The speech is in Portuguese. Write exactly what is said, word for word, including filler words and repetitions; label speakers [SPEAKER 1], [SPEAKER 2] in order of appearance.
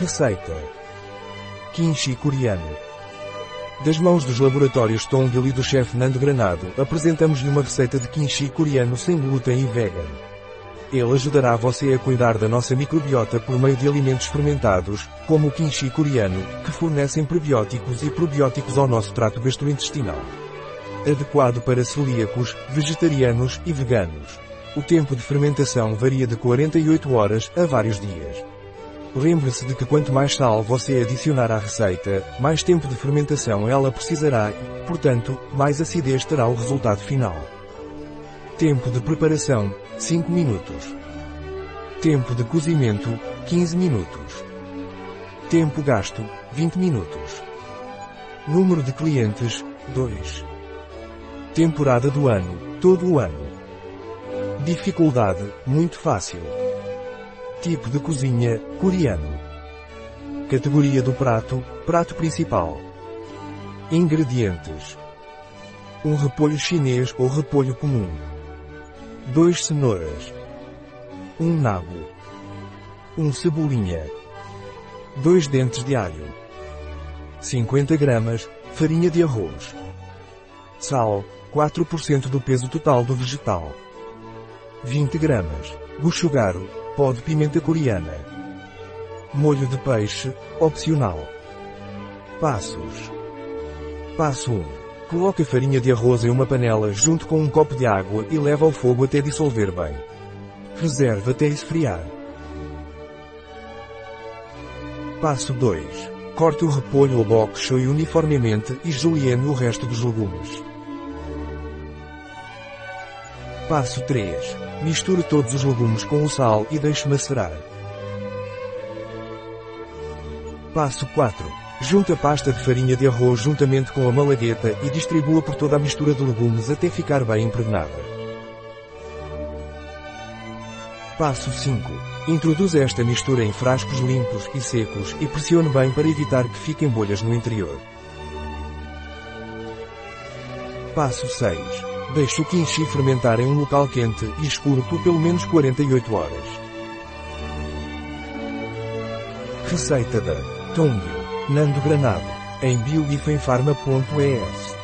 [SPEAKER 1] Receita: Kimchi coreano. Das mãos dos laboratórios Tongyil e do chefe Nando Granado, apresentamos-lhe uma receita de kimchi coreano sem glúten e vegan. Ele ajudará você a cuidar da nossa microbiota por meio de alimentos fermentados, como o kimchi coreano, que fornecem prebióticos e probióticos ao nosso trato gastrointestinal. Adequado para celíacos, vegetarianos e veganos. O tempo de fermentação varia de quarenta e oito horas a vários dias. Lembre-se de que quanto mais sal você adicionar à receita, mais tempo de fermentação ela precisará e, portanto, mais acidez terá o resultado final. Tempo de preparação: cinco minutos. Tempo de cozimento: quinze minutos. Tempo gasto: vinte minutos. Número de clientes: dois. Temporada do ano: todo o ano. Dificuldade: muito fácil. Tipo de cozinha: coreano. Categoria do prato: prato principal. Ingredientes: um repolho chinês ou repolho comum, dois cenouras, um nabo, um cebolinha, dois dentes de alho, cinquenta gramas, farinha de arroz, sal, quatro por cento do peso total do vegetal, vinte gramas, gochujang, pó de pimenta coreana. Molho de peixe, opcional. Passos. Passo um. Coloque a farinha de arroz em uma panela junto com um copo de água e leve ao fogo até dissolver bem. Reserve até esfriar. Passo dois. Corte o repolho ou bok choy uniformemente e julienne o resto dos legumes. Passo três. Misture todos os legumes com o sal e deixe macerar. Passo quatro. Junte a pasta de farinha de arroz juntamente com a malagueta e distribua por toda a mistura de legumes até ficar bem impregnada. Passo cinco. Introduza esta mistura em frascos limpos e secos e pressione bem para evitar que fiquem bolhas no interior. Passo seis. Deixe o kimchi fermentar em um local quente e escuro por pelo menos quarenta e oito horas. Receita da Tongyil, Nando Granado, em bioifenfarma ponto es.